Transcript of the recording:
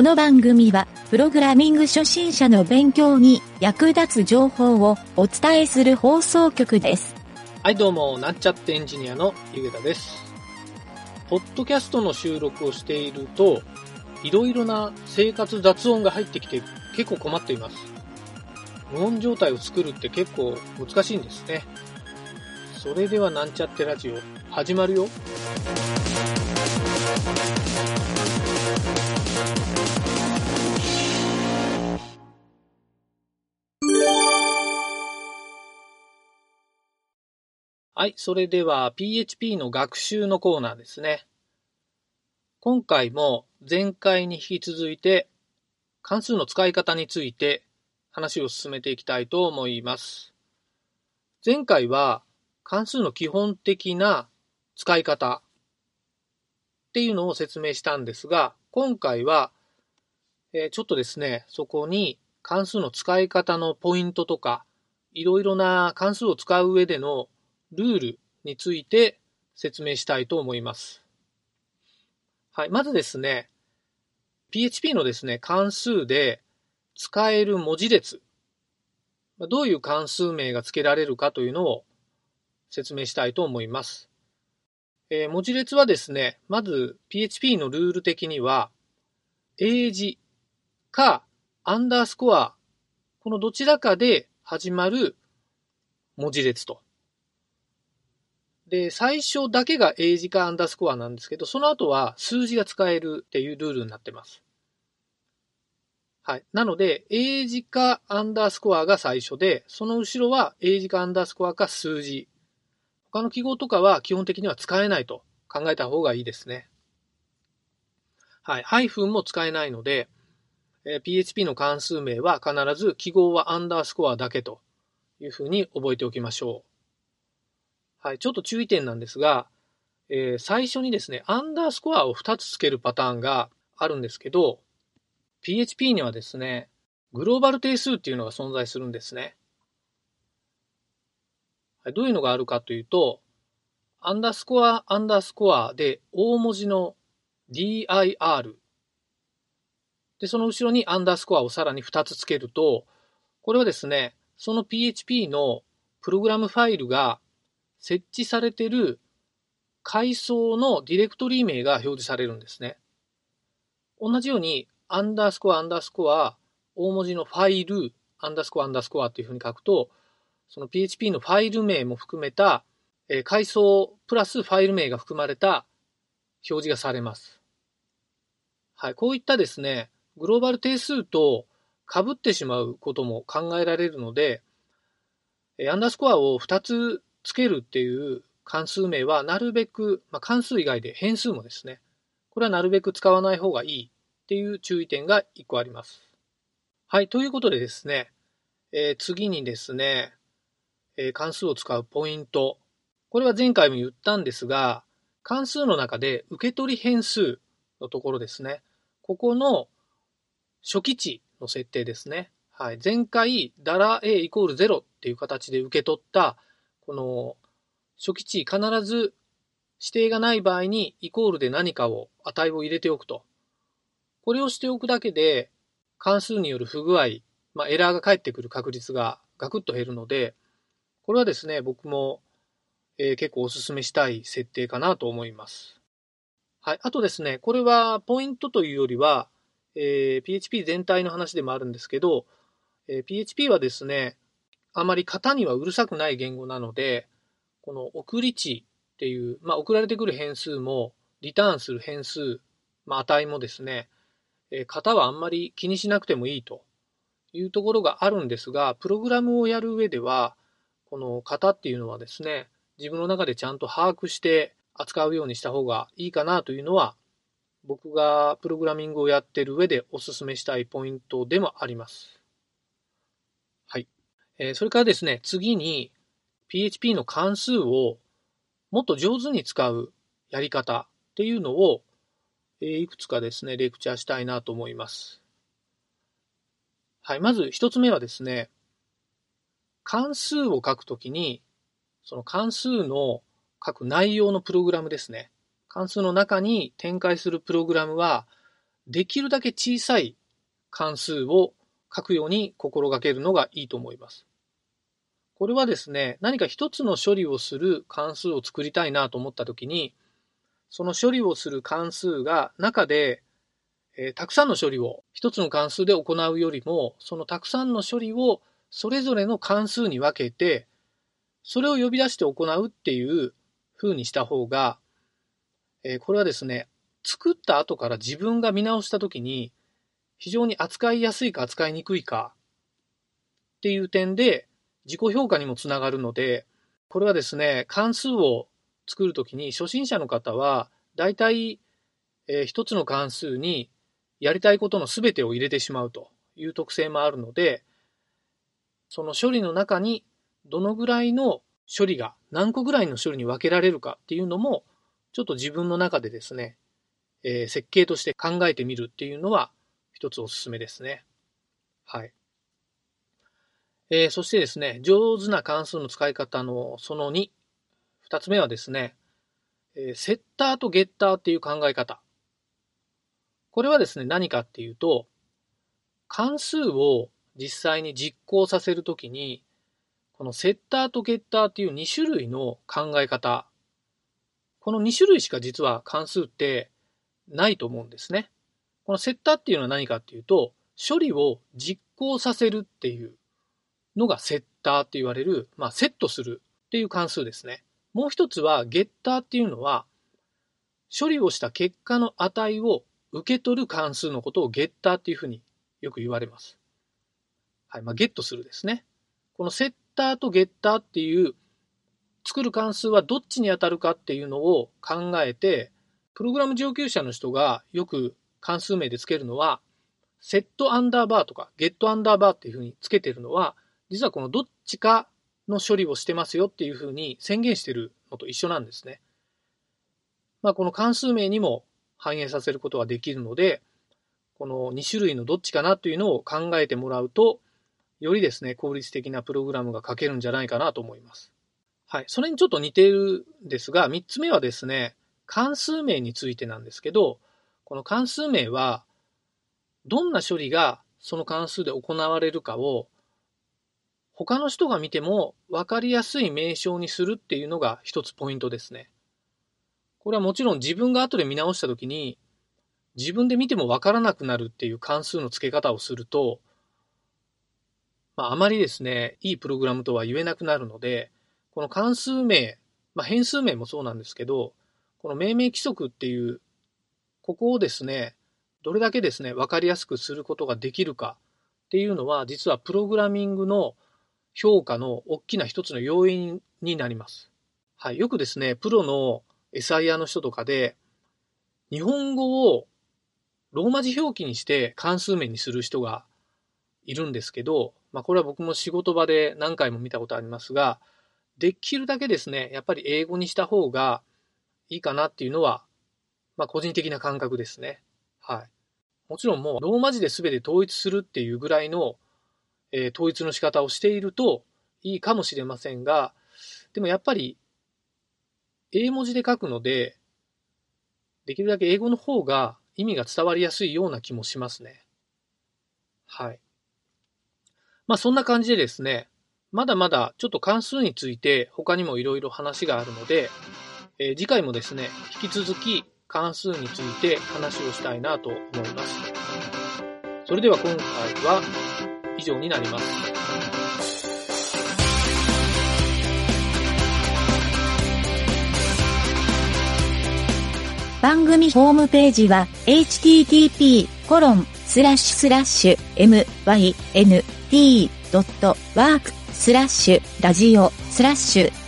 の番組は、プログラミング初心者の勉強に役立つ情報をお伝えする放送局です。 はい、どうも、なんちゃってエンジニアのゆげたです。ポッドキャストの収録をしていると、いろいろな生活雑音が入ってきて結構困っています。無音状態を作るって結構難しいんですね。それではなんちゃってラジオ始まるよ。はい、それでは PHP の学習のコーナーですね。今回も前回に引き続いて関数の使い方について話を進めていきたいと思います。前回は関数の基本的な使い方っていうのを説明したんですが、今回はちょっとですね、そこに関数の使い方のポイントとか、いろいろな関数を使う上でのルールについて説明したいと思います。はい、まずですね、PHP のですね、関数で使える文字列、どういう関数名が付けられるかというのを説明したいと思います。文字列はですね、まず PHP のルール的には、英字かアンダースコア、このどちらかで始まる文字列と。で、最初だけが英字かアンダースコアなんですけど、その後は数字が使えるっていうルールになってます。はい。なので、英字かアンダースコアが最初で、その後ろは英字かアンダースコアか数字。他の記号とかは基本的には使えないと考えた方がいいですね。はい。ハイフンも使えないので、PHP の関数名は必ず記号はアンダースコアだけというふうに覚えておきましょう。はい、ちょっと注意点なんですが、最初にですね、アンダースコアを2つつけるパターンがあるんですけど、PHP にはですね、グローバル定数っていうのが存在するんですね。はい、どういうのがあるかというと、アンダースコアで大文字の dir で、その後ろにアンダースコアをさらに2つつけると、これはですね、その PHP のプログラムファイルが設置されている階層のディレクトリ名が表示されるんですね。同じように、アンダースコア、大文字のファイル、アンダースコアっていうふうに書くと、その PHP のファイル名も含めた、階層プラスファイル名が含まれた表示がされます。はい、こういったですね、グローバル定数と被ってしまうことも考えられるので、アンダースコアを2つつけるっていう関数名はなるべく、関数以外で変数もですね、これはなるべく使わない方がいいっていう注意点が1個あります。はい、ということでですね、次にですね、関数を使うポイント。これは前回も言ったんですが、関数の中で受け取り変数のところですね。ここの初期値の設定ですね。はい、前回、$a イコール0っていう形で受け取った、この初期値必ず指定がない場合にイコールで何かを値を入れておくと。これをしておくだけで関数による不具合、エラーが返ってくる確率がガクッと減るので、これはですね、僕も、結構お勧めしたい設定かなと思います。はい。あとですね、これはポイントというよりは、PHP 全体の話でもあるんですけど、PHP はですね、あまり型にはうるさくない言語なので、この送り値っていう、送られてくる変数も、リターンする変数、値もですね、型はあんまり気にしなくてもいいというところがあるんですが、プログラムをやる上では、この型っていうのはですね、自分の中でちゃんと把握して扱うようにした方がいいかなというのは、僕がプログラミングをやっている上でお勧めしたいポイントでもあります。はい。それからですね、次に PHP の関数をもっと上手に使うやり方っていうのをいくつかですね、レクチャーしたいなと思います。はい。まず一つ目はですね、関数を書くときに、その関数の書く内容のプログラムですね。関数の中に展開するプログラムは、 できるだけ小さい関数を書くように心がけるのがいいと思います。これはですね、何か一つの処理をする関数を作りたいなと思ったときに、その処理をする関数が中で、たくさんの処理を一つの関数で行うよりも、そのたくさんの処理をそれぞれの関数に分けて、それを呼び出して行うっていう風にした方が、これはですね、作った後から自分が見直したときに、非常に扱いやすいか扱いにくいかっていう点で、自己評価にもつながるので、これはですね、関数を作るときに初心者の方は、だいたい一つの関数にやりたいことのすべてを入れてしまうという特性もあるので、その処理の中にどのぐらいの処理が何個ぐらいの処理に分けられるかっていうのも、ちょっと自分の中でですね、設計として考えてみるっていうのは一つおすすめですね。はい。そしてですね、上手な関数の使い方のその2、二つ目はですね、セッターとゲッターっていう考え方。これはですね、何かっていうと、関数を実際に実行させるときに、このセッターとゲッターっていう2種類の考え方、この2種類しか実は関数ってないと思うんですね。このセッターっていうのは何かっていうと、処理を実行させるっていうのがセッターって言われる、セットするっていう関数ですね。もう一つはゲッターっていうのは、処理をした結果の値を受け取る関数のことをゲッターっていうふうによく言われます。はい、ゲットするですね。このセッターとゲッターっていう作る関数はどっちに当たるかっていうのを考えて、プログラム上級者の人がよく関数名でつけるのは、セットアンダーバーとかゲットアンダーバーっていうふうにつけてるのは、実はこのどっちかの処理をしてますよっていうふうに宣言してるのと一緒なんですね。この関数名にも反映させることができるので、この2種類のどっちかなというのを考えてもらうと、よりですね、効率的なプログラムが書けるんじゃないかなと思います。はい。それにちょっと似ているんですが、3つ目はですね、関数名についてなんですけど、この関数名は、どんな処理がその関数で行われるかを、他の人が見ても分かりやすい名称にするっていうのが一つポイントですね。これはもちろん自分が後で見直したときに、自分で見ても分からなくなるっていう関数の付け方をすると、あまりですね、いいプログラムとは言えなくなるので、この関数名、変数名もそうなんですけど、この命名規則っていう、ここをですね、どれだけですね、分かりやすくすることができるかっていうのは、実はプログラミングの評価の大きな一つの要因になります。はい、よくですね、プロのSIR の人とかで、日本語をローマ字表記にして関数名にする人がいるんですけど、これは僕も仕事場で何回も見たことありますが、できるだけですね、やっぱり英語にした方がいいかなっていうのは、個人的な感覚ですね。はい。もちろんもうローマ字で全て統一するっていうぐらいの、統一の仕方をしているといいかもしれませんが、でもやっぱり英文字で書くので、できるだけ英語の方が意味が伝わりやすいような気もしますね。はい。そんな感じでですね、まだまだちょっと関数について他にもいろいろ話があるので、次回もですね、引き続き関数について話をしたいなと思います。それでは今回は以上になります。 番組ホームページは http://myn.t.work/ラジオ/